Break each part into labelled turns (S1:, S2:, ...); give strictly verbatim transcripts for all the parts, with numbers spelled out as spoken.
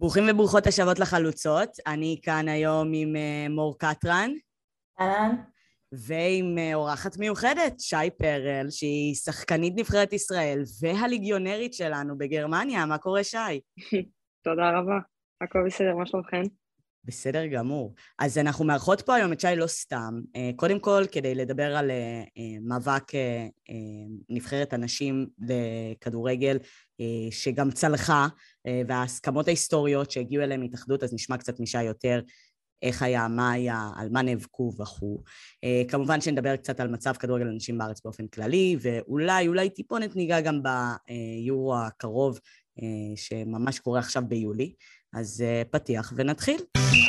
S1: ברוכים וברוכות השבות לחלוצות, אני כאן היום עם uh, מור קטרן.
S2: אהלן.
S1: ועם uh, אורחת מיוחדת, שי פרל, שהיא שחקנית נבחרת ישראל והליגיונרית שלנו בגרמניה. מה קורה, שי?
S3: תודה רבה, הכל בסדר, מה שלומכם?
S1: בסדר גמור. אז אנחנו מארחות פה היום את שי לא סתם. קודם כל, כדי לדבר על מאבק נבחרת הנשים לכדורגל, שגם צלחה, וההסכמות ההיסטוריות שהגיעו אליהם מהתאחדות, אז נשמע קצת משי יותר איך היה, מה היה, על מה נאבקו וכו'. כמובן שנדבר קצת על מצב כדורגל הנשים בארץ באופן כללי, ואולי, אולי טיפונת ניגע גם ביורו הקרוב, שממש קורה עכשיו ביולי. אז פתיח ונתחיל.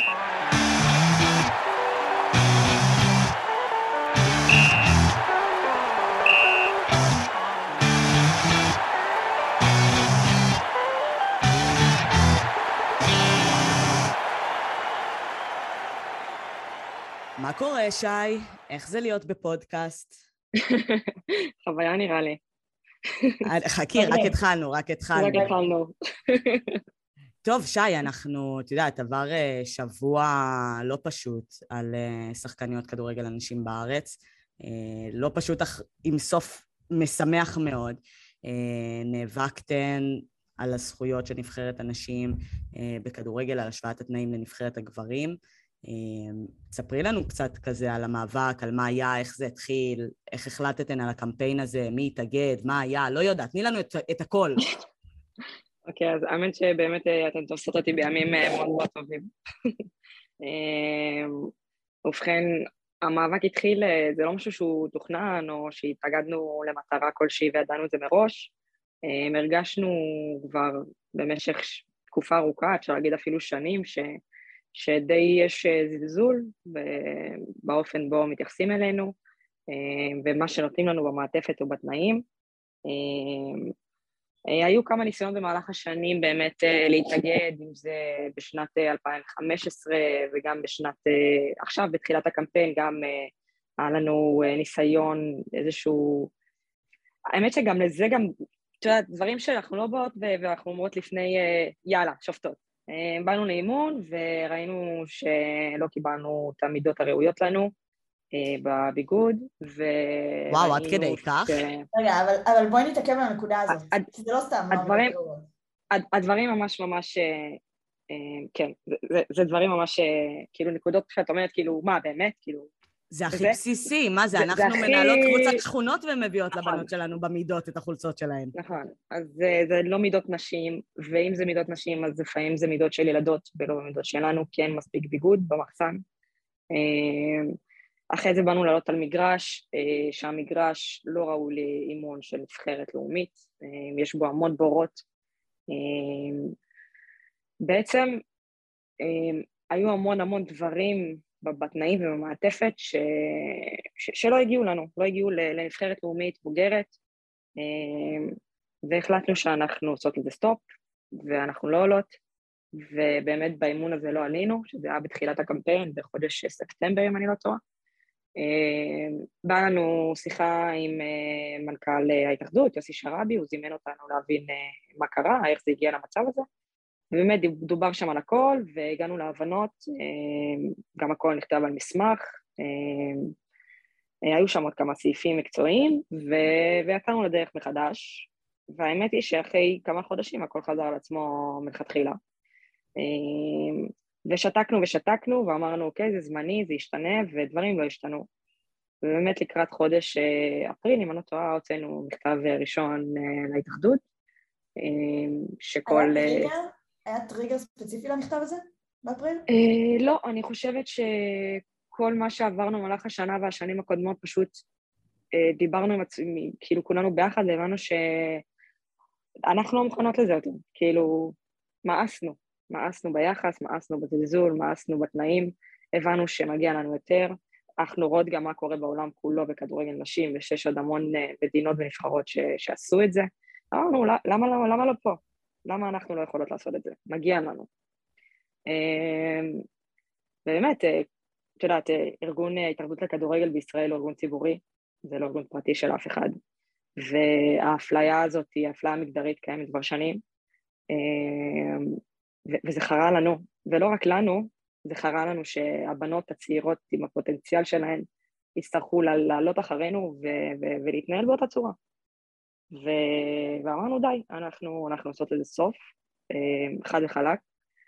S1: מה קורה, שי? איך זה להיות בפודקאסט?
S3: חוויה נראה לי.
S1: חכי, רק התחלנו, רק התחלנו.
S3: רק התחלנו.
S1: טוב, שי, אנחנו, אתה יודע, עבר שבוע לא פשוט על שחקניות כדורגל אנשים בארץ. לא פשוט, אך עם סוף משמח מאוד. נאבקתן על הזכויות של נבחרת הנשים בכדורגל, על השוואת התנאים לנבחרת הגברים. תספרי לנו קצת כזה על המאבק, על מה היה, איך זה התחיל, איך החלטתן על הקמפיין הזה, מי התאגד, מה היה, לא יודעת, תני לנו את, את הכל.
S3: אוקיי, אז האמת שבאמת אתם תופסות אותי בימים מאוד מאוד טובים. ובכן, המאבק התחיל, זה לא משהו שהוא תוכנן, או שהתאגדנו למטרה כלשהי וידענו את זה מראש. הרגשנו כבר במשך תקופה ארוכה, אפשר להגיד אפילו שנים, ש... שדי יש זלזול באופן בו מתייחסים אלינו, ומה שנותנים לנו במעטפת ובתנאים. היו כמה ניסיונות במהלך השנים באמת להתאגד, אם זה בשנת אלפיים וחמש עשרה וגם בשנת, עכשיו בתחילת הקמפיין, גם היה לנו ניסיון איזשהו, האמת שגם לזה גם, את יודעת, דברים שאנחנו לא באות ואנחנו אומרות לפני, יאללה, שופטות. באנו לאימון וראינו שלא קיבלנו את המידות הראויות לנו בביגוד, ו...
S1: וואו, עד כדי כך?
S2: רגע, אבל בואי נתעכב על הנקודה הזאת, כי זה לא סתם.
S3: הדברים ממש ממש, כן, זה דברים ממש, כאילו נקודות שאת אומרת, כאילו, מה, באמת, כאילו...
S1: זה הכי בסיסי, מה זה? אנחנו מנהלות קבוצת שכונות ומביאות לבנות שלנו במידות את החולצות שלהן.
S3: נכון, אז זה לא מידות נשים, ואם זה מידות נשים, אז לפעמים זה מידות של ילדות, ולא מידות שלנו, כי אין מספיק ביגוד במחסן. אחרי זה באנו לעלות על מגרש, שהמגרש לא ראוי לאימון של נבחרת לאומית, יש בו המון בורות. בעצם היו המון המון דברים בתנאים ובמעטפת ש... ש... שלא הגיעו לנו, לא הגיעו לנבחרת לאומית בוגרת, והחלטנו שאנחנו עושות לזה סטופ, ואנחנו לא עולות, ובאמת באימון הזה לא עלינו, שזה היה בתחילת הקמפיין, בחודש ספטמבר, אם אני לא טועה. באה לנו שיחה עם מנכ"ל ההתאחדות, יוסי שרבי, הוא זימן אותנו להבין מה קרה, איך זה הגיע למצב הזה, ובאמת דובר שם על הכל, והגענו להבנות, גם הכל נכתב על מסמך, היו שם עוד כמה סעיפים מקצועיים, ויצאנו לדרך מחדש, והאמת היא שאחרי כמה חודשים הכל חזר על עצמו מלכתחילה. ושתקנו ושתקנו, ואמרנו, אוקיי, זה זמני, זה ישתנה, ודברים לא השתנו. ובאמת לקראת חודש אפריל, אם אני לא טועה, הוצאנו מכתב ראשון להתאחדות, שכל...
S2: היה טריגר? היה טריגר ספציפי למכתב הזה באפריל?
S3: לא, אני חושבת שכל מה שעברנו במהלך השנה והשנים הקודמות, פשוט דיברנו עם עצמי, כאילו כולנו ביחד, והבנו שאנחנו לא מוכנות לזה יותר, כאילו, מאסנו, מאסנו ביחס, מאסנו בזלזול, מאסנו בתנאים, הבנו שמגיע לנו יותר, אנחנו רואות גם מה קורה בעולם כולו בכדורגל נשים, ושיש עוד המון מדינות ונבחרות ש- שעשו את זה, אמרנו, למה לא, למה לא פה? למה אנחנו לא יכולות לעשות את זה? מגיע לנו. ובאמת, את יודעת, ארגון התאחדות לכדורגל בישראל הוא ארגון ציבורי, זה לא ארגון פרטי של אף אחד, והאפליה הזאת היא אפליה מגדרית קיימת כבר שנים, ו- וזה חרה לנו, ולא רק לנו, זה חרה לנו שהבנות הצעירות עם הפוטנציאל שלהן יצטרכו לעלות אחרינו ו- ו- ולהתנהל באותה צורה. ו- ואמרנו די, אנחנו, אנחנו עושות לזה סוף, חד וחלק,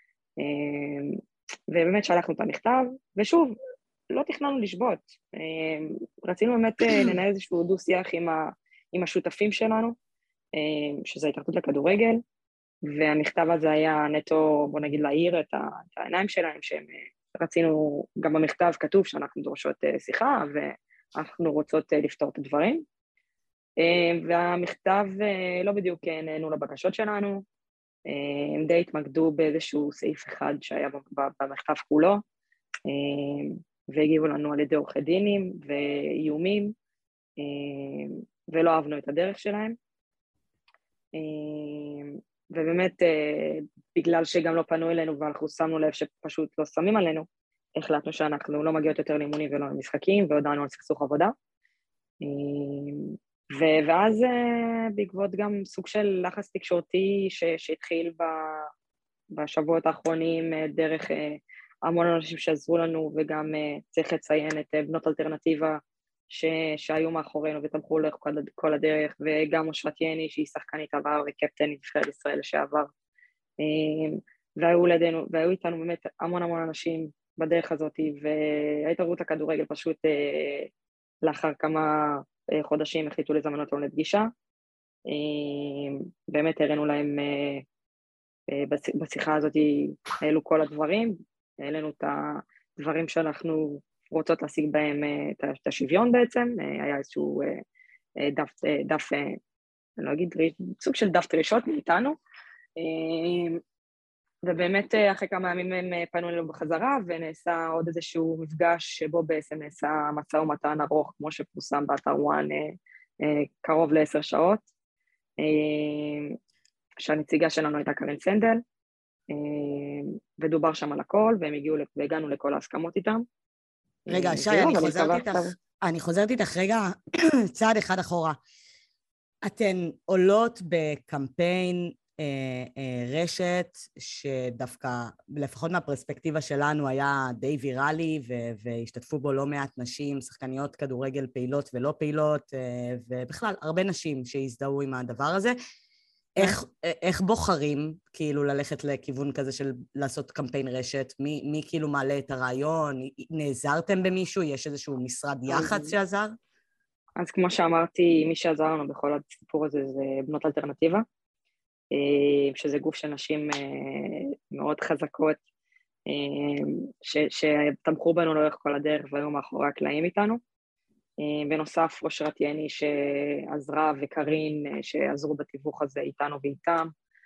S3: ובאמת שלחנו את המכתב, ושוב, לא תכננו לשבות, רצינו באמת לנהל איזשהו דו-שיח עם, ה- עם השותפים שלנו, שזה ההתאחדות לכדורגל, והמכתב הזה היה נטו, בוא נגיד, להעיר את, ה- את העיניים שלהם, שהם רצינו, גם במכתב כתוב שאנחנו דורשות שיחה, ואנחנו רוצות לפתור את הדברים, והמכתב לא בדיוק נענו לבקשות שלנו, הם די התמקדו באיזשהו סעיף אחד שהיה במכתב כולו, והגיבו לנו על ידי עורכי דינים ואיומים, ולא אהבנו את הדרך שלהם. ובאמת, בגלל שגם לא פנו אלינו ואנחנו שמנו לב שפשוט לא שמים עלינו, החלטנו שאנחנו לא מגיעות יותר לאימונים ולא למשחקים, והודענו על סכסוך עבודה. ואז בעקבות גם סוג של לחץ תקשורתי שהתחיל בשבועות האחרונים דרך המון אנשים שעזרו לנו, וגם צריך לציין את בנות אלטרנטיבה שהיו מאחורינו ותמכו לאורך כל הדרך, וגם אושרת יני שהיא שחקנית עבר וקפטן נבחרת ישראל לשעבר, והיו לידינו, והיו איתנו באמת המון המון אנשים בדרך הזאת, וההתאחדות לכדורגל פשוט לאחר כמה חודשים החליטו לזמן אותנו לפגישה, באמת הראינו להם בשיחה הזאת, העלו כל הדברים, העלינו את הדברים שאנחנו רוצות להשיג בהם את השוויון בעצם, היה איזשהו דף, דף, אני לא אגיד, סוג של דף דרישות מאיתנו, ובאמת אחרי כמה ימים הם פנו אלינו בחזרה, ונעשה עוד איזשהו מפגש שבו בעצם נעשה משא ומתן ארוך, כמו שפורסם באתר וואן, קרוב לעשר שעות, שהנציגה שלנו הייתה קרן סנדל, ודובר שם על הכל, והם הגיעו, והגענו לכל ההסכמות איתם.
S1: רגע, שי, אני חוזרת איתך, אני חוזרת איתך רגע צעד אחד אחורה. אתן עולות בקמפיין רשת שדווקא, לפחות מהפרספקטיבה שלנו, היה די ויראלי, והשתתפו בו לא מעט נשים, שחקניות כדורגל פעילות ולא פעילות, ובכלל הרבה נשים שהזדהו עם הדבר הזה. איך, איך בוחרים כאילו ללכת לכיוון כזה של לעשות קמפיין רשת? מי, מי כאילו מעלה את הרעיון? נעזרתם במישהו? יש איזשהו משרד יח"צ שעזר?
S3: אז כמו שאמרתי, מי שעזר לנו בכל הסיפור הזה זה בנות אלטרנטיבה, שזה גוף של נשים מאוד חזקות, שתמכו בנו לאורך כל הדרך והיו מאחורי הקלעים איתנו. בנוסף, אושרת יני שעזרה וקרין שעזרו בתיווך הזה איתנו ואיתם,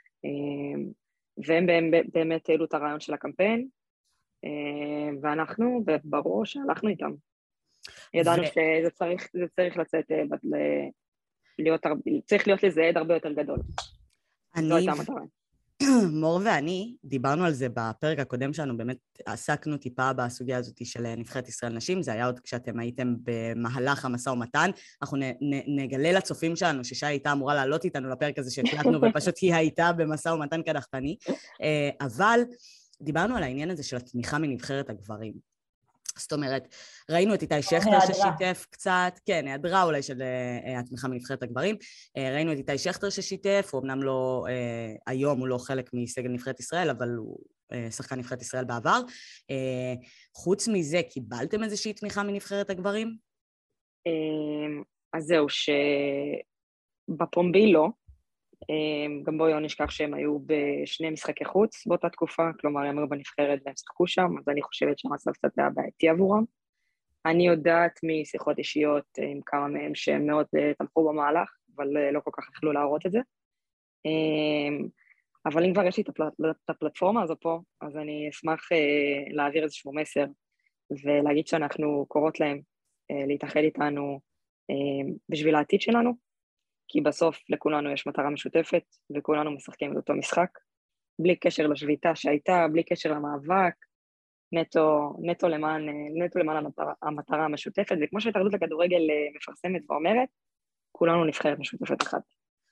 S3: והם באמת העלו את הרעיון של הקמפיין, ואנחנו ברור שהלכנו איתם. ידענו שזה צריך, זה צריך לצאת, להיות, צריך להיות לזה עד הרבה יותר גדול. זו הייתה המטרה.
S1: מור ואני דיברנו על זה בפרק הקודם שלנו, באמת עסקנו טיפה בסוגיה הזאת של נבחרת ישראל נשים, זה היה עוד כשאתם הייתם במהלך המשא ומתן, אנחנו נ, נגלה לצופים שלנו ששי הייתה אמורה לעלות איתנו לפרק הזה שהקלטנו, ופשוט היא הייתה במשא ומתן קדחתני, אבל דיברנו על העניין הזה של התמיכה מנבחרת הגברים. זאת אומרת, ראינו את איתי שכטר ששיתף קצת, כן, היעדרה אולי של התמיכה מנבחרת הגברים, ראינו את איתי שכטר ששיתף, הוא אמנם לא, היום הוא לא חלק מסגל נבחרת ישראל, אבל הוא שחקן נבחרת ישראל בעבר. חוץ מזה, קיבלתם איזושהי תמיכה מנבחרת הגברים?
S3: אז זהו, שבפומבי לא, גם בואי לא נשכח שהם היו בשני משחקי חוץ באותה תקופה, כלומר הם היו בנבחרת והם שחקו שם, אז אני חושבת שהמצב קצת היה בעייתי עבורם. אני יודעת משיחות אישיות עם כמה מהם שהם מאוד תמכו במהלך, אבל לא כל כך יכלו להראות את זה. אבל אם כבר יש לי את הפלטפורמה הזו פה, אז אני אשמח להעביר איזשהו מסר, ולהגיד שאנחנו קוראות להם להתאחד איתנו בשביל העתיד שלנו, כי בסוף לכולנו יש מטרה משותפת, וכולנו משחקים את אותו משחק, בלי קשר לשביתה שהייתה, בלי קשר למאבק, נטו, נטו למען, נטו למען המטרה, המטרה המשותפת, וכמו שההתאחדות לכדורגל מפרסמת ואומרת, כולנו נבחרת משותפת אחת.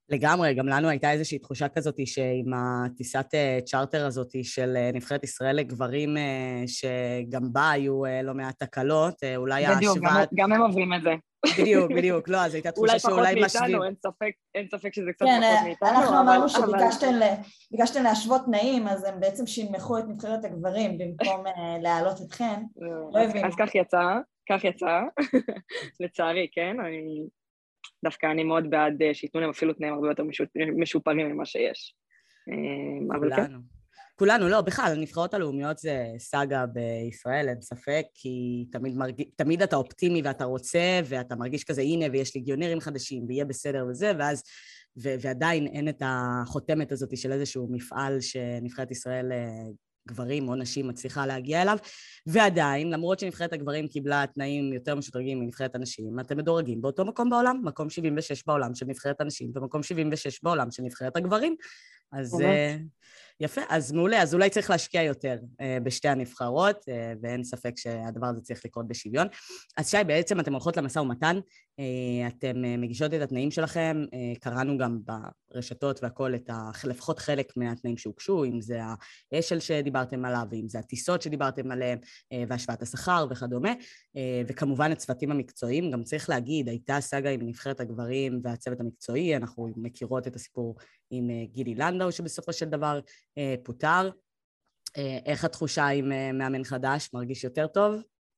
S1: לגמרי, גם לנו הייתה איזושהי תחושה כזאת שעם הטיסת צ'ארטר הזאת של נבחרת ישראל לגברים, שגם בה היו לא מעט תקלות, אולי
S3: בדיוק, גם, גם הם עוברים את זה.
S1: בדיוק, בדיוק, לא, אז הייתה תחושה שאולי משווים.
S3: אין ספק, אין ספק שזה קצת
S2: כן,
S3: פחות מאיתנו.
S2: אנחנו
S3: אבל,
S2: אמרנו שביקשתם להשוות תנאים, אז הם בעצם שינמכו את נבחרת הגברים במקום להעלות אתכן. לא
S3: אז, אז כך יצא, כך יצא, לצערי, כן, אני... דווקא אני מאוד בעד שיתנו להם אפילו תנאים הרבה יותר משופרים ממה שיש. אבל כן.
S1: כולנו, לא, בכלל, הנבחרות הלאומיות זה סאגה בישראל, אין ספק, כי תמיד, מרג... תמיד אתה אופטימי ואתה רוצה, ואתה מרגיש כזה, הנה, ויש ליגיונרים חדשים, ויהיה בסדר וזה, ואז, ו... ועדיין אין את החותמת הזאת של איזשהו מפעל שנבחרת ישראל גברים או נשים מצליחה להגיע אליו, ועדיין, למרות שנבחרת הגברים קיבלה תנאים יותר משודרגים מנבחרת הנשים, אתם מדורגים באותו מקום בעולם, מקום שבעים ושש בעולם של נבחרת הנשים, ומקום שבעים ושש בעולם של נבחרת הגברים. אז יפה, אז מעולה, אז אולי צריך להשקיע יותר בשתי הנבחרות, ואין ספק שהדבר הזה צריך לקרות בשוויון. אז שי, בעצם אתם הולכות למשא ומתן, אתם מגישות את התנאים שלכם, קראנו גם ברשתות והכל את לפחות חלק מהתנאים שהוגשו, אם זה האשל שדיברתם עליו, ואם זה הטיסות שדיברתם עליהם, והשוואת השכר וכדומה, וכמובן הצוותים המקצועיים, גם צריך להגיד, הייתה סאגה עם נבחרת הגברים והצוות המקצועי, אנחנו מכירות את הסיפור עם גילי לנדאו שבסופו של דבר פוטר. איך התחושה עם מאמן חדש? מרגיש יותר טוב?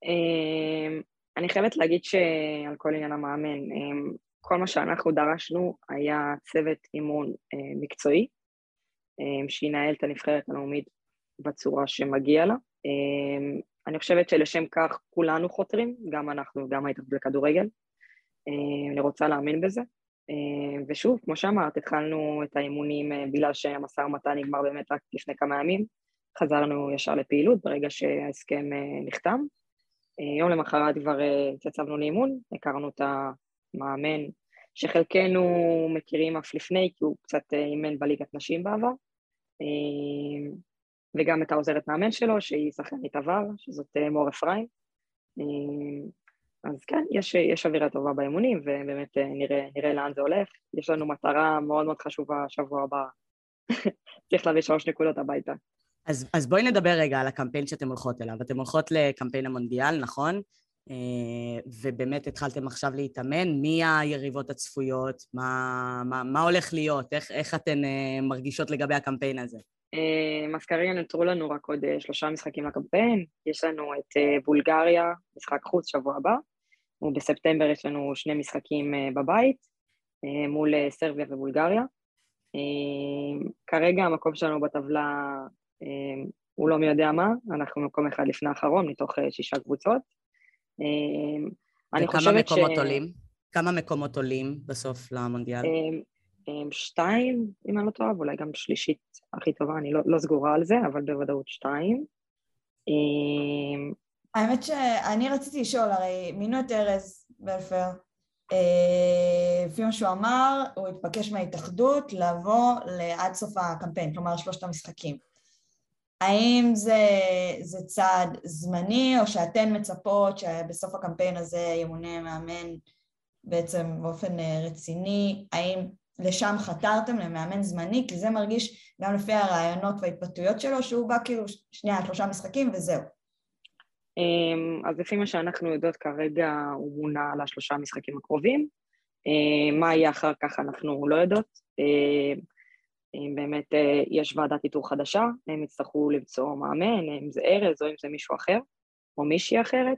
S3: אני חייבת להגיד שעל כל עניין המאמן, כל מה שאנחנו דרשנו היה צוות אימון מקצועי, שינהל את הנבחרת הלאומית בצורה שמגיע לה. אני חושבת שלשם כך כולנו חותרים, גם אנחנו, גם ההתאחדות לכדורגל. אני רוצה להאמין בזה. ושוב, כמו שאמרת, התחלנו את האימונים בגלל שהמשא ומתן נגמר באמת רק לפני כמה ימים, חזרנו ישר לפעילות ברגע שההסכם נחתם. יום למחרת כבר התייצבנו לאימון, הכרנו את המאמן שחלקנו מכירים אף לפני, כי הוא קצת אימן בליגת נשים בעבר, וגם את העוזרת מאמן שלו, שהיא שחקנית עבר, שזאת מור אפרים. אז כן, יש, יש אווירה טובה באימונים, ובאמת נראה, נראה לאן זה הולך. יש לנו מטרה מאוד מאוד חשובה שבוע הבא. צריך להביא שלוש נקודות הביתה.
S1: אז, אז בואי נדבר רגע על הקמפיין שאתם הולכות אליו. אתם הולכות לקמפיין המונדיאל, נכון? ובאמת התחלתם עכשיו להתאמן. מי היריבות הצפויות? מה, מה, מה הולך להיות? איך, איך אתן מרגישות לגבי הקמפיין הזה?
S3: אז כרגע נותרו לנו רק עוד שלושה משחקים לקמפיין. יש לנו את בולגריה, משחק חוץ שבוע הבא, ובספטמבר יש לנו שני משחקים בבית, מול סרביה ובולגריה. כרגע המקום שלנו בטבלה הוא לא מי יודע מה, אנחנו מקום אחד לפני האחרון, מתוך שישה קבוצות.
S1: וכמה מקומות ש... עולים? כמה מקומות עולים בסוף למונדיאל?
S3: שתיים, אם אני לא טועה, ואולי גם שלישית הכי טובה, אני לא, לא סגורה על זה, אבל בוודאות שתיים.
S2: האמת שאני רציתי לשאול, הרי מינו את ארז בלפר, לפי מה שהוא אמר, הוא התבקש מההתאחדות לבוא עד סוף הקמפיין, כלומר שלושת המשחקים. האם זה, זה צעד זמני, או שאתן מצפות שבסוף הקמפיין הזה ימונה מאמן בעצם באופן רציני? האם לשם חתרתם למאמן זמני? כי זה מרגיש גם לפי הרעיונות וההתבטאויות שלו, שהוא בא כאילו שנייה, שלושה משחקים וזהו.
S3: אז לפי מה שאנחנו יודעות כרגע, הוא מונה על השלושה המשחקים הקרובים. מה יהיה אחר כך אנחנו לא יודעות. אם באמת יש ועדת איתור חדשה, הם יצטרכו למצוא מאמן, אם זה ארז או אם זה מישהו אחר, או מישהי אחרת.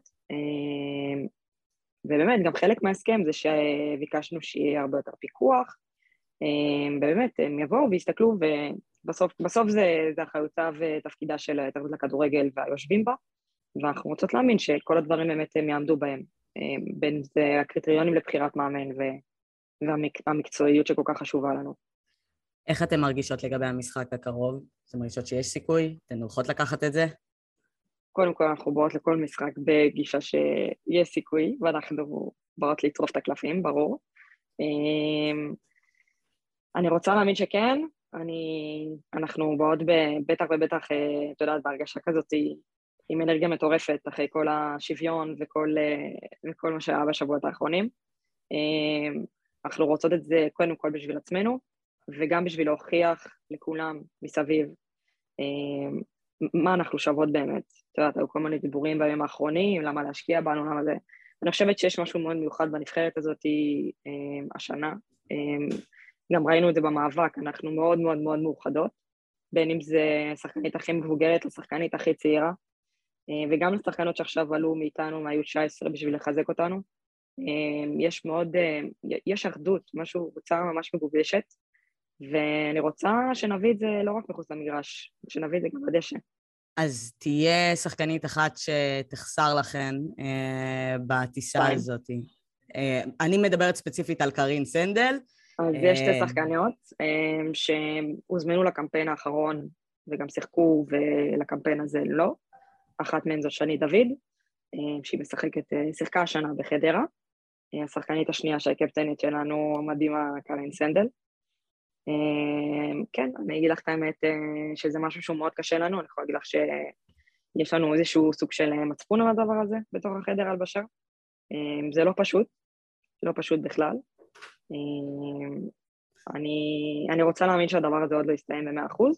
S3: ובאמת, גם חלק מההסכם זה שביקשנו שיהיה הרבה יותר פיקוח, ובאמת, הם יבואו ויסתכלו, ובסוף בסוף זה, זה אחריותה ותפקידה של ההתאחדות לכדורגל והיושבים בה, ואנחנו רוצות להאמין שכל הדברים באמת הם יעמדו בהם, בין זה הקריטריונים לבחירת מאמן והמקצועיות שכל כך חשובה לנו.
S1: איך אתן מרגישות לגבי המשחק הקרוב? אתן מרגישות שיש סיכוי? אתן הולכות לקחת את זה?
S3: קודם כל אנחנו באות לכל משחק בגישה שיש סיכוי, ואנחנו באות לטרוף את הקלפים, ברור. אני רוצה להאמין שכן, אני, אנחנו באות בטח ובטח, את יודעת, בהרגשה כזאת, עם אנרגיה מטורפת, אחרי כל השוויון וכל, וכל מה שהיה בשבועות האחרונים. אנחנו רוצות את זה קודם כל בשביל עצמנו, וגם בשביל להוכיח לכולם מסביב מה אנחנו שוות באמת. את יודעת, היו כל מיני דיבורים בימים האחרונים, למה להשקיע בנו, למה זה. אני חושבת שיש משהו מאוד מיוחד בנבחרת הזאת השנה. גם ראינו את זה במאבק, אנחנו מאוד מאוד מאוד מאוחדות, בין אם זה השחקנית הכי מבוגרת לשחקנית הכי צעירה, וגם לשחקנות שעכשיו עלו מאיתנו, מהיו תשע עשרה בשביל לחזק אותנו. יש מאוד, יש אחדות, משהו, קבוצה ממש מגובשת, ואני רוצה שנביא את זה לא רק מחוץ למגרש, שנביא את זה גם בדשא.
S1: אז תהיה שחקנית אחת שתחסר לכן אה, בטיסה הזאת. אה, אני מדברת ספציפית על קרין סנדל.
S3: אז יש שתי שחקניות שהוזמנו לקמפיין האחרון וגם שיחקו, ולקמפיין הזה לא. אחת מהן זאת שני דוד, שהיא משחקת, שיחקה השנה בחדרה. השחקנית השנייה שהקפטנית שלנו מדהימה קרין סנדל. כן, אני אגיד לך את האמת שזה משהו שהוא מאוד קשה לנו, אני יכולה להגיד לך שיש לנו איזשהו סוג של מצפון על הדבר הזה בתוך החדר הלבשה. זה לא פשוט, זה לא פשוט בכלל. אני, אני רוצה להאמין שהדבר הזה עוד לא יסתיים ב-מאה אחוז,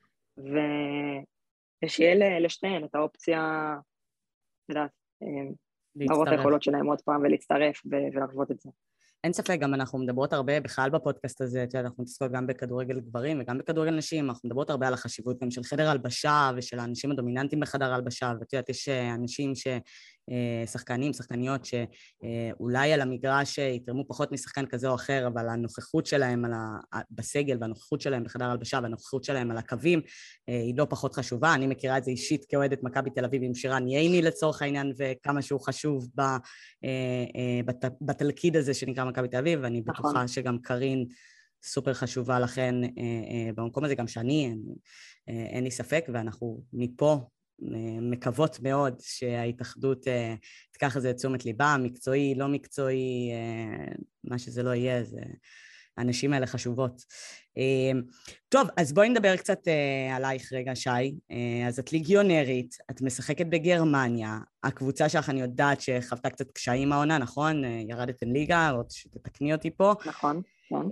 S3: ושיהיה לשתיהן את האופציה, לדעת, להראות את היכולות שלהם עוד פעם ולהצטרף ולחוות את זה.
S1: אין ספק, גם אנחנו מדברות הרבה, בכלל בפודקאסט הזה, אנחנו מתעסקות גם בכדורגל גברים וגם בכדורגל נשים, אנחנו מדברות הרבה על החשיבות גם של חדר הלבשה ושל האנשים הדומיננטיים בחדר הלבשה, ואת יודעת, יש אנשים ש... שחקנים, שחקניות שאולי על המגרש יתרמו פחות משחקן כזה או אחר, אבל הנוכחות שלהם על ה... בסגל והנוכחות שלהם בחדר הלבשה והנוכחות שלהם על הקווים היא לא פחות חשובה. אני מכירה את זה אישית כאוהדת מכבי תל אביב עם שירן ייני לצורך העניין, וכמה שהוא חשוב ב... בת... בתלכיד הזה שנקרא מכבי תל אביב, ואני בטוחה שגם קרין סופר חשובה לכן במקום הזה, גם שאני, אין לי ספק, ואנחנו מפה מקוות מאוד שההתאחדות תיקח את זה לתשומת ליבה, מקצועי, לא מקצועי, מה שזה לא יהיה, זה... האנשים האלה חשובות. טוב, אז בואי נדבר קצת עלייך רגע, שי. אז את ליגיונרית, את משחקת בגרמניה, הקבוצה שלך אני יודעת שחוותה קצת קשיים העונה, נכון? ירדתם ליגה, עוד שתתקני אותי פה.
S3: נכון, נכון.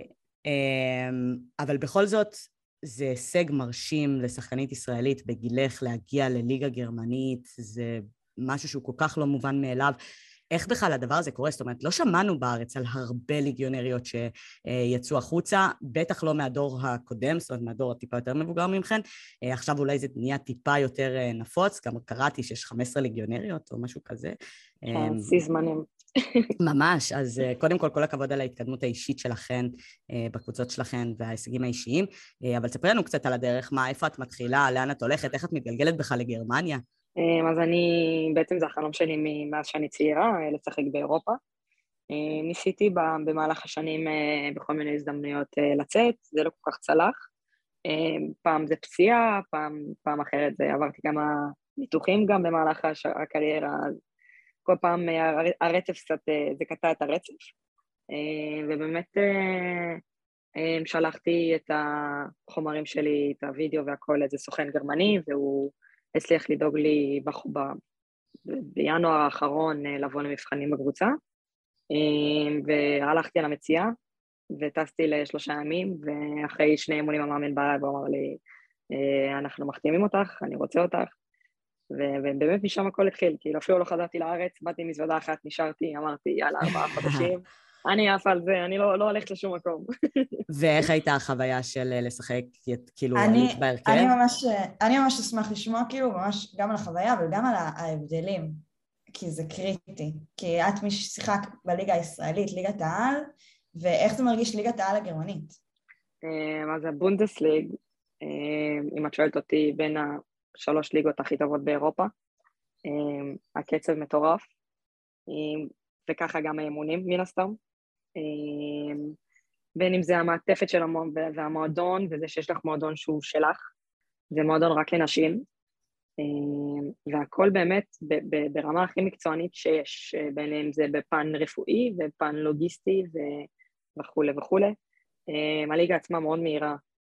S1: אבל בכל זאת, זה הישג מרשים לשחקנית ישראלית בגילך להגיע לליגה גרמנית, זה משהו שהוא כל כך לא מובן מאליו. איך בכלל הדבר הזה קורה? זאת אומרת, לא שמענו בארץ על הרבה ליגיונריות שיצאו החוצה, בטח לא מהדור הקודם, זאת אומרת, מהדור הטיפה יותר מבוגר ממכן, עכשיו אולי זה נהיה טיפה יותר נפוץ, גם קראתי שיש חמש עשרה ליגיונריות או משהו כזה.
S3: כן, שיא זמנים.
S1: ממש, אז קודם כל, כל הכבוד על ההתקדמות האישית שלכן, בקבוצות שלכן וההישגים האישיים, אבל תספרי לנו קצת על הדרך, מה, איפה את מתחילה, לאן את הולכת, איך את מתגלגלת בכלל לגרמניה?
S3: אז אני, בעצם זה החלום שלי מאז שאני צעירה, לשחק באירופה. ניסיתי במהלך השנים בכל מיני הזדמנויות לצאת, זה לא כל כך צלח. פעם זה פציעה, פעם, פעם אחרת זה עברתי כמה ניתוחים גם במהלך הקריירה, כל פעם הרצף קצת, זה קטע את הרצף. ובאמת שלחתי את החומרים שלי, את הוידאו והכל, איזה סוכן גרמני, והוא הצליח לדאוג לי בחובה בינואר האחרון לבוא למבחנים בקבוצה, והלכתי על המציאה, וטסתי לשלושה ימים, ואחרי שני אימונים המאמן בא אליי ואמר לי, אנחנו מחתימים אותך, אני רוצה אותך, ובאמת משם הכל התחיל, כי אפילו לא חזרתי לארץ, באתי מזוודה אחת, נשארתי, אמרתי, יאללה, ארבעה חודשים, אני אף על זה, אני לא, לא הולכת לשום מקום.
S1: ואיך הייתה החוויה של לשחק, כאילו,
S2: אני,
S1: עלית בהרכב?
S2: אני ממש, אני ממש אשמח לשמוע, כאילו, ממש גם על החוויה, אבל גם על ההבדלים, כי זה קריטי. כי את מי ששיחק בליגה הישראלית, ליגת העל, ואיך זה מרגיש ליגת העל הגרמנית?
S3: אז הבונדסליג, אם את שואלת אותי, בין השלוש ליגות הכי טובות באירופה, הקצב מטורף, וככה גם האימונים מן הסתם, בין אם זה המעטפת של המון והמועדון, וזה שיש לך מועדון שהוא שלך, זה מועדון רק לנשים, והכל באמת ברמה הכי מקצוענית שיש, בין אם זה בפן רפואי ופן לוגיסטי וכו' וכו'. הליגה עצמה מאוד מהירה.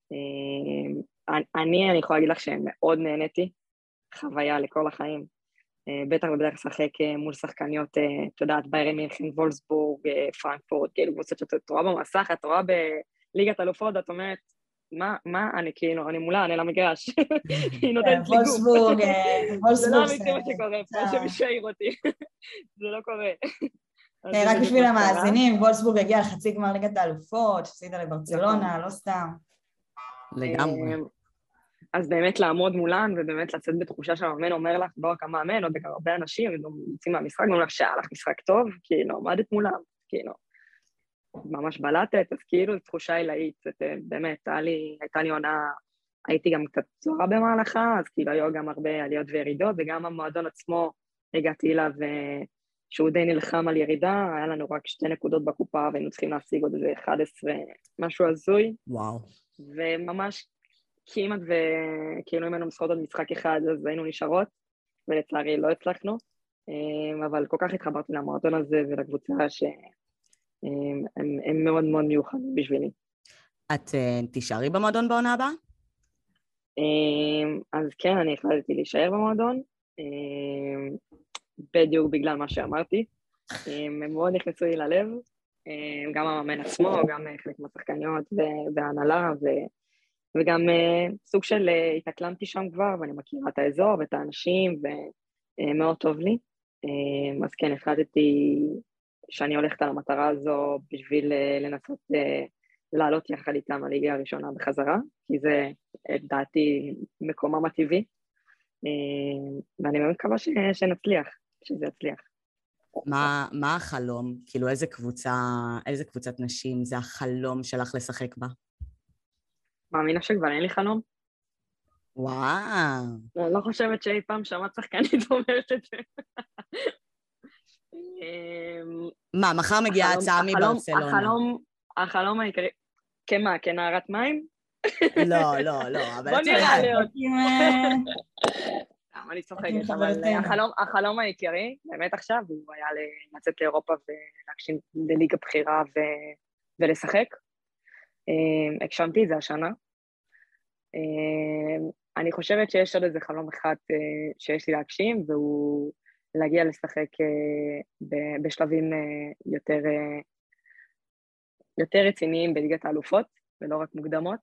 S3: אני, אני יכולה להגיד לך שמאוד נהניתי, חוויה לכל החיים. בטח ובטח לשחק מול שחקניות, את יודעת, ביירן מינכן, וולסבורג, פרנקפורט, כאילו קבוצות שאת רואה במסך, את רואה בליגת אלופות, את אומרת, מה, מה, אני כאילו, אני מולה, אני למגרש, היא נותנת לי גוף.
S2: וולסבורג,
S3: זה לא אמיתי מה שקורה פה, שמישהו העיר אותי, זה לא קורה.
S2: רק בשביל המאזינים, וולסבורג הגיע לחצי גמר ליגת האלופות, הפסידה לברצלונה, לא סתם.
S1: לגמרי.
S3: אז באמת לעמוד מולן, ובאמת לצאת בתחושה שהמאמן אומר לך, לא רק המאמן, עוד הרבה אנשים, יוצאים מהמשחק, ואומרים לך שהיה לך משחק טוב, כאילו, עמדת מולם, כאילו, ממש בלטת, אז כאילו, זו תחושה עילאית, באמת, הייתה לי עונה, הייתי גם קצת צורה במהלכה, אז כאילו, היו גם הרבה עליות וירידות, וגם המועדון עצמו, הגעתי אליו, שהוא די נלחם על ירידה, היה לנו רק שתי נקודות בקופה, והיינו צריכים להשיג עוד איזה אחד עשרה, משהו הזוי.
S1: וואו.
S3: וממש כמעט, וכאילו אם היינו משחקות עוד משחק אחד, אז היינו נשארות, ולצערי לא הצלחנו, אבל כל כך התחברתי למועדון הזה ולקבוצה שהם מאוד מאוד מיוחדים בשבילי.
S1: את תישארי במועדון בעונה הבאה?
S3: אז כן, אני החלטתי להישאר במועדון, בדיוק בגלל מה שאמרתי, הם מאוד נכנסו לי ללב, גם המאמן עצמו, גם חלק מהשחקניות וההנהלה, וגם סוג של התאקלמתי שם כבר, ואני מכירה את האזור ואת האנשים, ומאוד טוב לי. אז כן, החלטתי שאני הולכת על המטרה הזו בשביל לנסות לעלות יחד איתם הליגה הראשונה בחזרה, כי זה דעתי מקומם הטבעי, ואני באמת מקווה שנצליח, שזה יצליח.
S1: מה, מה החלום? כאילו איזה קבוצה, איזה קבוצת נשים זה החלום שלך לשחק בה?
S3: מאמינה שכבר אין לי חלום.
S1: וואו.
S3: אני לא חושבת שאי פעם שמעת שחקנית אומרת את זה.
S1: מה, מחר מגיעה הצעה מברצלונה.
S3: החלום, החלום העיקרי, כמה, כנערת מים?
S1: לא, לא, לא.
S3: בוא נראה להיות. אני צוחקת, אבל החלום העיקרי, באמת עכשיו, הוא היה לצאת לאירופה ולהגשים לליגה בחירה ולשחק. הגשמתי את זה השנה. אני חושבת שיש עוד איזה חלום אחד שיש לי להגשים, והוא להגיע לשחק בשלבים יותר, יותר רציניים בליגת האלופות, ולא רק מוקדמות.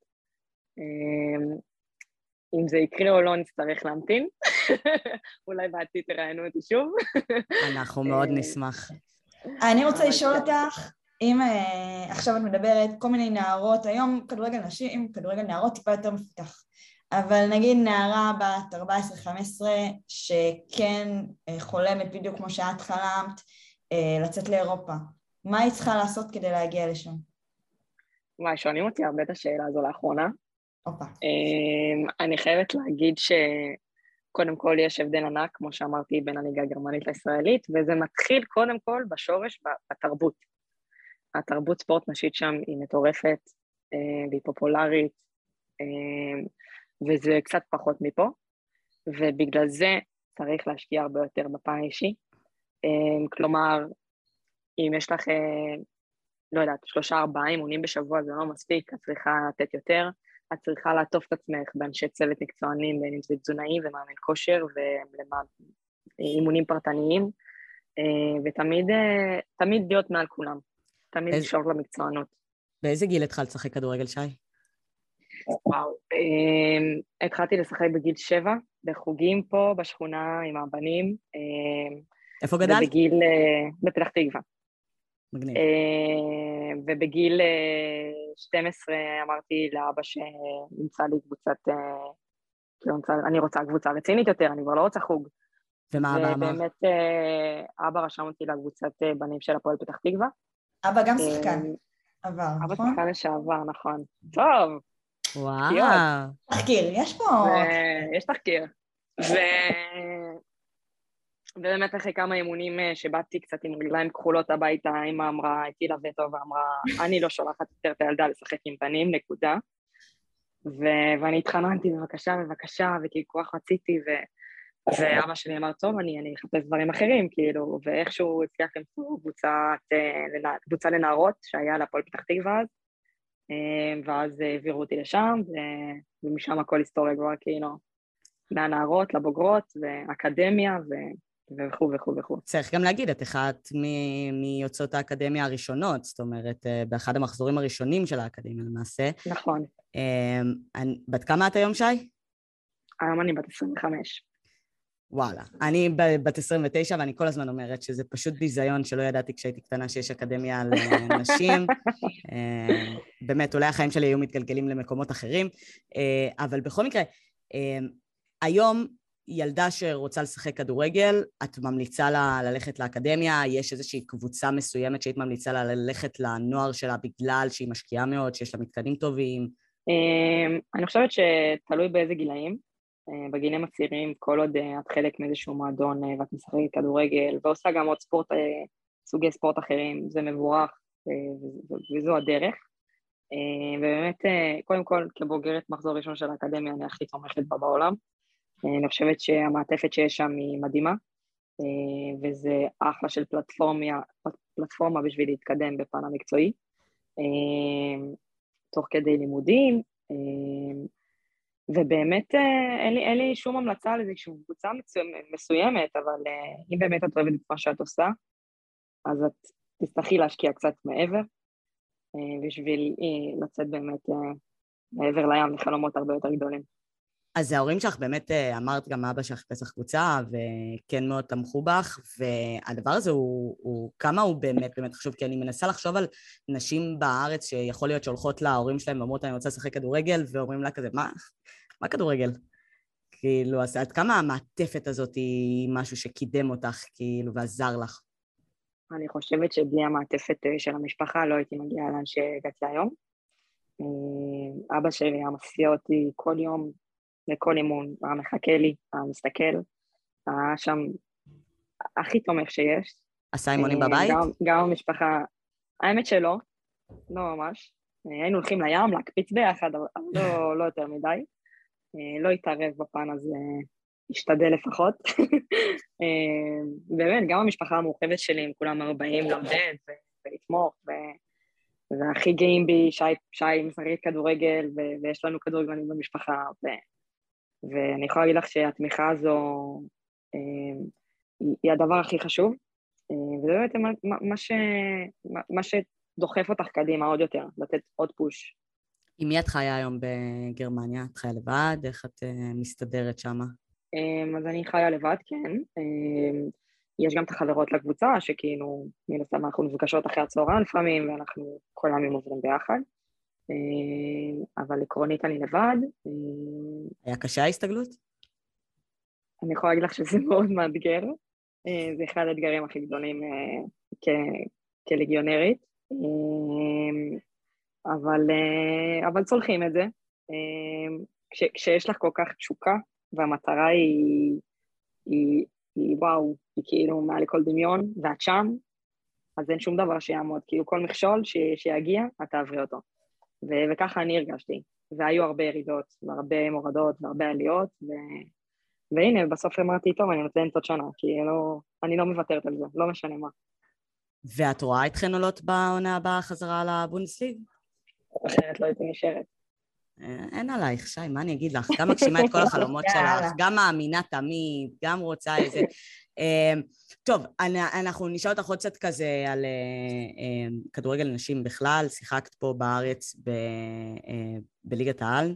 S3: אם זה יקרה או לא נצטרך להמתין, אולי בעתיד תראיינו אותי שוב.
S1: אנחנו מאוד נשמח.
S2: אני רוצה לשאול אותך, אם עכשיו את מדברת, כל מיני נערות, היום כדורגל נשים, כדורגל נערות טיפה יותר מפותח, אבל נגיד נערה בת ארבע עשרה חמש עשרה שכן חולמת בדיוק כמו שאת חלמת, לצאת לאירופה, מה היא צריכה לעשות כדי להגיע לשם?
S3: וואי, שואלים אותי הרבה את השאלה הזו לאחרונה.
S2: אופה.
S3: אני חייבת להגיד שקודם כל יש הבדל ענק, כמו שאמרתי, בין הליגה הגרמנית לישראלית, וזה מתחיל קודם כל בשורש, בתרבות. התרבות ספורט נשית שם היא מטורפת, והיא פופולרית, וזה קצת פחות מפה, ובגלל זה צריך להשקיע הרבה יותר בפן האישי. כלומר, אם יש לך, לא יודעת, שלושה ארבעה אימונים בשבוע, זה לא מספיק, את צריכה לתת יותר, את צריכה לעטוף את עצמך באנשי צוות מקצוענים, בין אם זה תזונאים ומאמן כושר ואימונים פרטניים, ותמיד תמיד להיות מעל כולם, תמיד
S1: איזה...
S3: לשאול למקצוענות.
S1: באיזה גיל התחלת לשחק כדורגל, שי?
S3: וואו, התחלתי לשחק בגיל שבע, בחוגים פה בשכונה עם הבנים.
S1: איפה גדלת?
S3: ובגיל, בפתח תקווה.
S1: מגניב.
S3: ובגיל שתים עשרה אמרתי לאבא שנמצא לי קבוצת, אני רוצה קבוצה רצינית יותר, אני כבר לא רוצה חוג.
S1: ומה אבא אמר?
S3: ובאמת אבא רשם אותי לקבוצת בנים של הפועל פתח תקווה.
S2: אבא גם שחקן עבר, נכון?
S3: אבא שחקן לשעבר, נכון. טוב.
S1: וואו.
S2: תחקיר, יש פה...
S3: יש תחקיר. ובאמת אחרי כמה אימונים שבאתי קצת עם רגליים כחולות הביתה, אמא אמרה, הייתי לווטו ואמרה, אני לא שולחת יותר את הילדה לשחק עם בנים, נקודה. ואני התחננתי, בבקשה, בבקשה, וכי כוח רציתי, ואבא שלי אמר, טוב, אני אחפש דברים אחרים, כאילו, ואיכשהו הצליח למצוא קבוצה לנערות, שהיה להפועל פתח תקווה אז, ואז העבירו אותי לשם, ומשם הכל היסטוריה כבר, כאילו, מהנערות לבוגרות, ואקדמיה, וכו' וכו' וכו'.
S1: צריך גם להגיד, את אחת מיוצאות האקדמיה הראשונות, זאת אומרת, באחד המחזורים הראשונים של האקדמיה למעשה.
S3: נכון.
S1: בת כמה את היום, שי?
S3: היום אני בת עשרים וחמש.
S1: וואלה, אני בת עשרים ותשע ואני כל הזמן אומרת שזה פשוט ביזיון שלא ידעתי כשהייתי קטנה שיש אקדמיה לנשים. באמת, אולי החיים שלי היו מתגלגלים למקומות אחרים, אבל בכל מקרה, היום ילדה שרוצה לשחק כדורגל, את ממליצה לה ללכת לאקדמיה, יש איזושהי קבוצה מסוימת שהיית ממליצה לה ללכת לנוער שלה בגלל שהיא משקיעה מאוד, שיש לה מתקנים טובים?
S3: אני חושבת שתלוי באיזה גילאים. בגילים הצעירים, כל עוד את חלק מאיזשהו מועדון ואת משחקת כדורגל, ועושה גם עוד ספורט, סוגי ספורט אחרים, זה מבורך וזו הדרך. ובאמת, קודם כל, כבוגרת מחזור ראשון של האקדמיה, אני הכי תומכת בה בעולם. אני חושבת שהמעטפת שיש שם היא מדהימה, וזה אחלה של פלטפורמה, פלטפורמה בשביל להתקדם בפן המקצועי, תוך כדי לימודים, ובאמת אין לי, אין לי שום המלצה על איזושהי קבוצה מסוימת, אבל אם באמת את אוהבת את מה שאת עושה, אז את תצטרכי להשקיע קצת מעבר, בשביל לצאת באמת מעבר לים לחלומות הרבה יותר גדולים.
S1: אז ההורים שלך באמת, אמרת גם אבא שלך פסח קבוצה, וכן מאוד תמכו בך, והדבר הזה הוא, הוא כמה הוא באמת באמת חשוב, כי אני מנסה לחשוב על נשים בארץ שיכול להיות שהולכות להורים שלהם ואומרות, אני רוצה לשחק כדורגל, ואומרים לה כזה, מה? מה כדורגל? כאילו, אז עד כמה המעטפת הזאת היא משהו שקידם אותך, כאילו, ועזר לך?
S3: אני חושבת שבלי המעטפת של המשפחה לא הייתי מגיעה לאן שהגעתי היום. אבא שלי היה מסיע אותי כל יום, לכל אימון, היה מחכה לי, היה מסתכל, היה שם הכי תומך שיש.
S1: עשה אימונים בבית?
S3: גם, גם המשפחה, האמת שלא, לא ממש. היינו הולכים לים, להקפיץ ביחד, אבל לא, לא יותר מדי. לא התערב בפן הזה, השתדל לפחות. באמת, גם המשפחה המורחבת שלי, הם כולם היו באים לעודד ולתמוך, והכי גאים בי, שי, שי משחקת כדורגל, ויש לנו כדורגלנים במשפחה, ואני יכולה להגיד לך שהתמיכה הזו היא הדבר הכי חשוב, וזה באמת מה, ש, מה שדוחף אותך קדימה עוד יותר, לתת עוד פוש.
S1: עם מי את חיה היום בגרמניה? את חיה לבד? איך את מסתדרת שמה?
S3: אז אני חיה לבד, כן. יש גם את החברות לקבוצה, שכאילו, מן הסתם אנחנו נפגשות אחרי הצהריים לפעמים, ואנחנו כל ימים עוברים ביחד. אבל עקרונית אני לבד.
S1: היה קשה ההסתגלות?
S3: אני יכולה להגיד לך שזה מאוד מאתגר. זה אחד האתגרים הכי גדולים כלגיונרית. אבל, אבל צולחים את זה. כש, כשיש לך כל כך תשוקה, והמטרה היא, היא, היא וואו, היא כאילו מעל לכל דמיון, ואת שם, אז אין שום דבר שיעמוד, כאילו כל מכשול ש, שיגיע, את תעברי אותו. ו, וככה אני הרגשתי. והיו הרבה ירידות, והרבה מורדות, והרבה עליות, ו, והנה, בסוף אמרתי, טוב, אני נותנת עוד שנה, כי לא, אני לא מוותרת על זה, לא משנה מה.
S1: ואת רואה אתכן עולות בעונה הבאה חזרה לבונדסליגה?
S3: אחרת לא הייתי נשארת.
S1: אין עלייך, שי, מה אני אגיד לך? גם מגשימה את כל החלומות שלך, גם מאמינה תמיד, גם רוצה איזה... טוב, אנחנו נשאל אותך עוד קצת כזה על כדורגל נשים בכלל, שיחקת פה בארץ בליגת העל.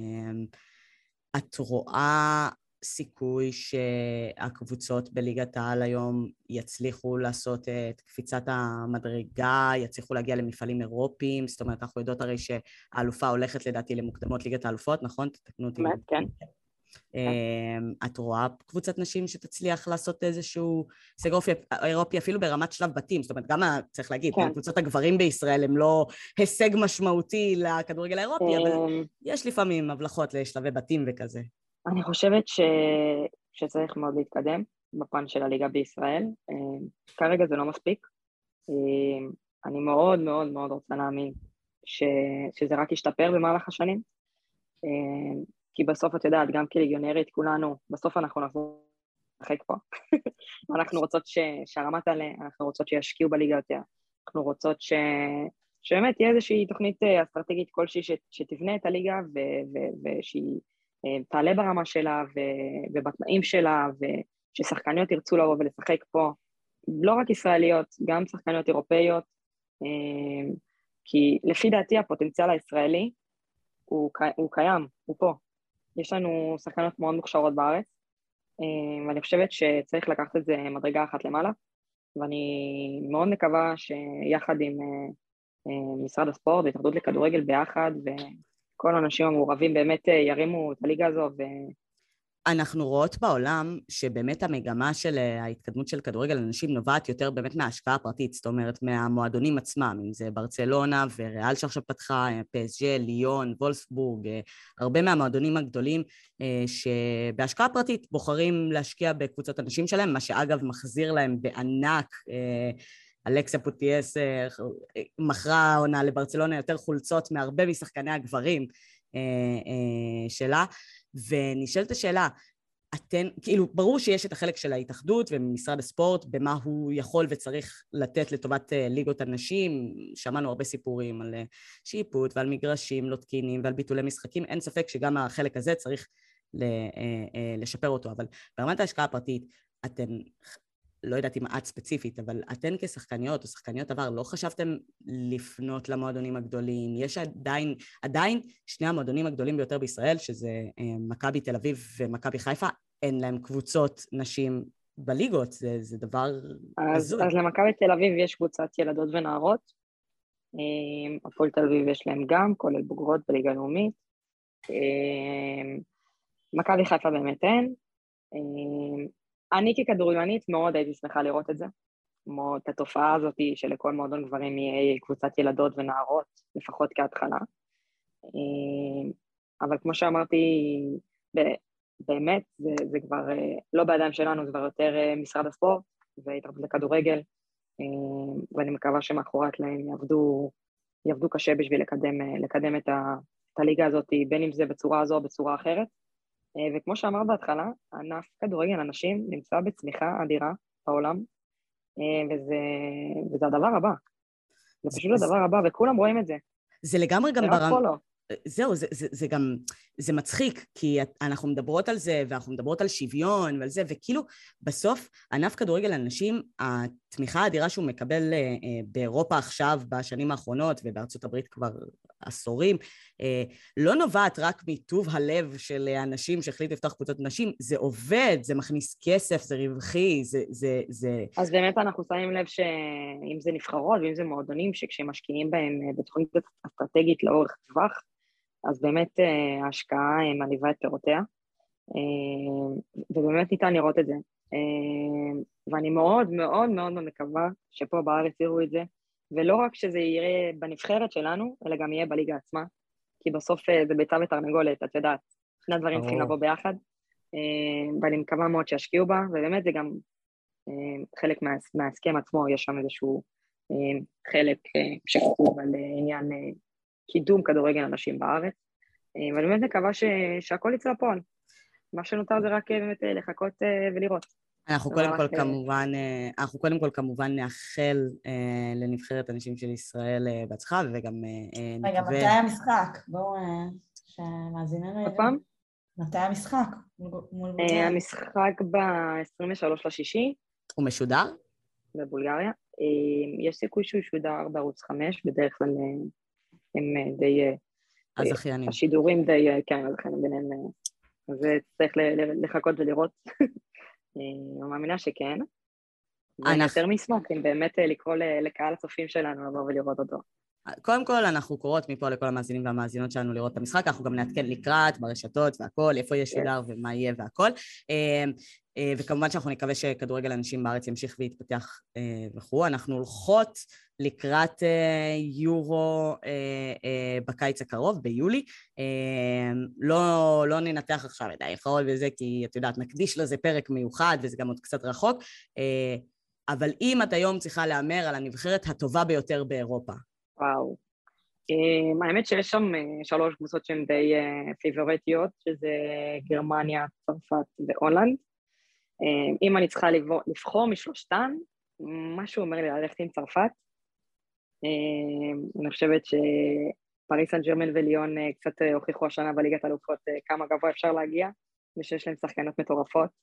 S1: את רואה סיכוי שהקבוצות בליגת העל היום יצליחו לעשות את קפיצת המדרגה, יצליחו להגיע למפעלים אירופיים, זאת אומרת, אנחנו יודעות הרי שהאלופה הולכת לדעתי למוקדמות ליגת האלופות, נכון? תתקנו אותי.
S3: כן.
S1: את רואה קבוצת נשים שתצליח לעשות איזשהו הישג אירופי אפילו ברמת שלב בתים, זאת אומרת, גם צריך להגיד, קבוצות הגברים בישראל הם לא הישג משמעותי לכדורגל האירופי, אבל יש לפעמים הבלחות לשלבי בתים וכזה.
S3: אני חושבת ש... שצריך מאוד להתקדם בפן של הליגה בישראל. כרגע זה לא מספיק. אני מאוד מאוד מאוד רוצה להאמין ש... שזה רק ישתפר במהלך השנים. כי בסוף את יודעת, גם כליגיונרית כולנו, בסוף אנחנו נחזור לשחק פה. אנחנו רוצות ש... שהרמה תעלה, אנחנו רוצות שישקיעו בליגה יותר. אנחנו רוצות ש... שבאמת תהיה איזושהי תוכנית אסטרטגית כלשהי ש... שתבנה את הליגה ו... ו... ושהיא... תעלה ברמה שלה ובתנאים שלה, ששחקניות ירצו לבוא ולשחק פה, לא רק ישראליות, גם שחקניות אירופאיות, כי לפי דעתי הפוטנציאל הישראלי הוא, הוא קיים, הוא פה. יש לנו שחקנות מאוד מוכשרות בארץ, ואני חושבת שצריך לקחת את זה מדרגה אחת למעלה, ואני מאוד מקווה שיחד עם משרד הספורט והתאחדות לכדורגל ביחד, וכל האנשים המעורבים באמת ירימו את הליגה הזו, ו...
S1: אנחנו רואות בעולם שבאמת המגמה של ההתקדמות של כדורגל לנשים נובעת יותר באמת מההשקעה הפרטית, זאת אומרת מהמועדונים עצמם, אם זה ברצלונה וריאל שעכשיו פתחה, פי אס ג'י, ליון, וולפסבורג, הרבה מהמועדונים הגדולים שבהשקעה פרטית בוחרים להשקיע בקבוצות הנשים שלהם, מה שאגב מחזיר להם בענק, אלכסיה פוטיאס מכרה עונה לברצלונה יותר חולצות מהרבה משחקני הגברים שלה, ונשאלת השאלה, אתן, כאילו, ברור שיש את החלק של ההתאחדות ומשרד הספורט, במה הוא יכול וצריך לתת לטובת ליגות הנשים, שמענו הרבה סיפורים על שיפוט ועל מגרשים לא תקינים ועל ביטולי משחקים, אין ספק שגם החלק הזה צריך לשפר אותו, אבל ברמת ההשקעה הפרטית, אתן, לא יודעת אם את ספציפית, אבל אתן כשחקניות או שחקניות עבר, לא חשבתם לפנות למועדונים הגדולים? יש עדיין, עדיין שני המועדונים הגדולים ביותר בישראל, שזה מכבי תל אביב ומכבי חיפה, אין להם קבוצות נשים בליגות, זה, זה דבר
S3: אז, אז למכבי תל אביב יש קבוצת ילדות ונערות, הפועל תל אביב יש להם גם, כולל בוגרות בליגה הלאומית, מכבי חיפה באמת אין, אני ככדורגלנית מאוד הייתי שמחה לראות את זה, כמו את התופעה הזאת שלכל מועדון גברים יהיה קבוצת ילדות ונערות, לפחות כהתחלה. אבל כמו שאמרתי, באמת זה, זה כבר לא בידיים שלנו, זה כבר יותר משרד הספורט והתאחדות לכדורגל, ואני מקווה שמאחורי הקלעים יעבדו, יעבדו קשה בשביל לקדם, לקדם את, ה, את הליגה הזאת, בין אם זה בצורה הזו או בצורה אחרת. וכמו שאמר בהתחלה, ענף כדורגל אנשים נמצא בצמיחה אדירה בעולם, וזה, וזה הדבר הבא. זה פשוט הדבר הבא, וכולם רואים את זה.
S1: זה לגמרי גם ברם... זהו, זה, זה, זה גם, זה מצחיק, כי אנחנו מדברות על זה, ואנחנו מדברות על שוויון ועל זה, וכאילו בסוף ענף כדורגל אנשים, התמיכה האדירה שהוא מקבל באירופה עכשיו, בשנים האחרונות, ובארצות הברית כבר עשורים, לא נובעת רק מטוב הלב של אנשים שהחליט לפתוח קבוצות נשים, זה עובד, זה מכניס כסף, זה רווחי, זה, זה, זה...
S3: אז באמת אנחנו שמים לב שאם זה נבחרות, ואם זה מועדונים, שכשהם משקיעים בהם בתוכנית אסטרטגית לאורך טווח, אז באמת ההשקעה מניבה את פירותיה, ובאמת ניתן לראות את זה. ואני מאוד מאוד מאוד מקווה שפה בארץ יראו את זה, ולא רק שזה יראה בנבחרת שלנו, אלא גם יהיה בליגה עצמה, כי בסוף זה ביצה ותרנגולת, את יודעת, שני הדברים צריכים לבוא ביחד, ואני מקווה מאוד שישקיעו בה, ובאמת זה גם חלק מההסכם עצמו, יש שם איזשהו חלק שכתוב על עניין קידום כדורגל אנשים בארץ, ואני באמת מקווה ש... שהכל יצא לפועל. מה שנותר זה רק באמת לחכות ולראות.
S1: אנחנו קודם כל כמובן, אנחנו קודם כל כמובן נאחל לנבחרת הנשים של ישראל בהצלחה, וגם
S2: נקווה... רגע, מתי המשחק? בואו, שמאזיננו...
S3: עוד פעם?
S2: מתי המשחק?
S3: המשחק ב-עשרים ושלושה לשישי.
S1: הוא משודר?
S3: בבולגריה. יש סיכוי שהוא ישודר בערוץ חמש, בדרך כלל הם די...
S1: הזכיינים.
S3: השידורים די, כן, הזכיינים ביניהם, אז צריך לחכות ולראות. אני מאמינה שכן. ואני יותר משמח אם באמת לקרוא לקהל הצופים שלנו לבוא ולראות אותו.
S1: קודם כל אנחנו קוראות מפה לכל המאזינים והמאזינות שלנו לראות את המשחק, אנחנו גם נעדכן לקראת ברשתות והכל, איפה יש שודר ומה יהיה והכל, וכמובן שאנחנו נקווה שכדורגל אנשים בארץ ימשיך ויתפתח וכו'. אנחנו הולכות לקראת יורו בקיץ הקרוב, ביולי, לא, לא ננתח עכשיו את היכול וזה, כי את יודעת, נקדיש לזה פרק מיוחד וזה גם עוד קצת רחוק, אבל אם את היום צריכה לאמר על הנבחרת הטובה ביותר באירופה,
S3: וואו. האמת שיש שם שלוש קבוצות שהן די פיבורטיות, שזה גרמניה, צרפת והולנד. אם אני צריכה לבחור משלושתן, משהו אומר לי ללכת עם צרפת. אני חושבת שפריס סן ז'רמן וליון קצת הוכיחו השנה בליגת האלופות כמה גבוה אפשר להגיע, ושיש להם שחקנות מטורפות.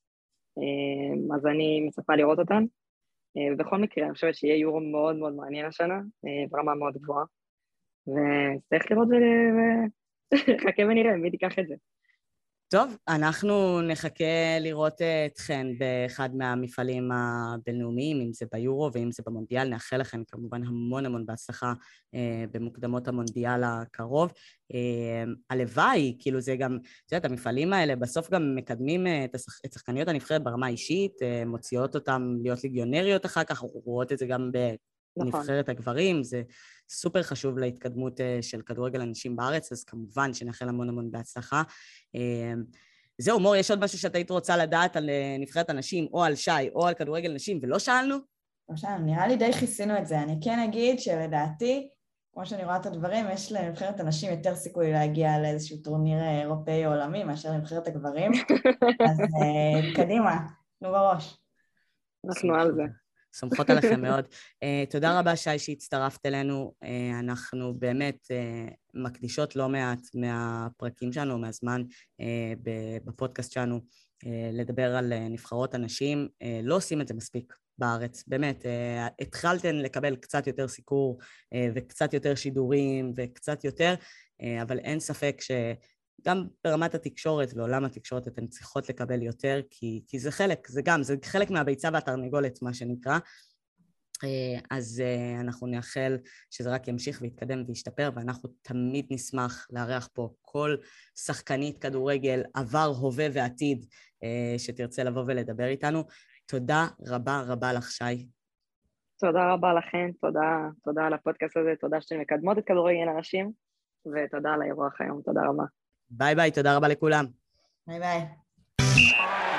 S3: אז אני מצפה לראות אותן. ובכל מקרה, אני חושבת שיהיה יורו מאוד מאוד מעניין השנה, ברמה מאוד גבוהה, וצריך לראות וחכה ונראה, מי תיקח את זה.
S1: טוב, אנחנו נחכה לראות אתכן באחד מהמפעלים הבינלאומיים, אם זה ביורו ואם זה במונדיאל. נאחל לכם כמובן המון המון בהצלחה במוקדמות המונדיאל הקרוב. הלוואי, כאילו זה גם, את יודעת, המפעלים האלה בסוף גם מקדמים את שחקניות הנבחרת ברמה האישית, מוציאות אותם להיות ליגיונריות אחר כך, רואות את זה גם בנבחרת הגברים, זה סופר חשוב להתקדמות של כדורגל הנשים בארץ, אז כמובן שנאחל המון המון בהצלחה. זהו, מור, יש עוד משהו שאתה היית רוצה לדעת על נבחרת הנשים, או על שי, או על כדורגל נשים, ולא שאלנו?
S2: לא שאלנו, נראה לי די חיסינו את זה. אני כן אגיד שלדעתי, כמו שאני רואה את הדברים, יש לנבחרת הנשים יותר סיכוי להגיע לאיזשהו טורניר אירופאי או עולמי, מאשר לנבחרת הגברים. אז קדימה, תנו בראש.
S3: אנחנו על זה.
S1: סומכות עליכם מאוד. Uh, תודה רבה, שי, שהצטרפת אלינו. Uh, אנחנו באמת uh, מקדישות לא מעט מהפרקים שלנו, מהזמן uh, בפודקאסט שלנו, uh, לדבר על uh, נבחרות הנשים. Uh, לא עושים את זה מספיק בארץ. באמת, uh, התחלתן לקבל קצת יותר סיקור uh, וקצת יותר שידורים וקצת יותר, uh, אבל אין ספק ש... גם ברמת התקשורת ועולם התקשורת אתן צריכות לקבל יותר, כי, כי זה חלק, זה גם, זה חלק מהביצה והתרנגולת, מה שנקרא. אז אנחנו נאחל שזה רק ימשיך ויתקדם וישתפר, ואנחנו תמיד נשמח לארח פה כל שחקנית כדורגל, עבר, הווה ועתיד, שתרצה לבוא ולדבר איתנו. תודה רבה רבה לך, שי.
S3: תודה רבה לכן, תודה, תודה על הפודקאסט הזה, תודה שאתם מקדמות את כדורגל הנשים, ותודה על האירוח היום, תודה רבה.
S1: ביי ביי, תודה רבה לכולם.
S2: ביי ביי.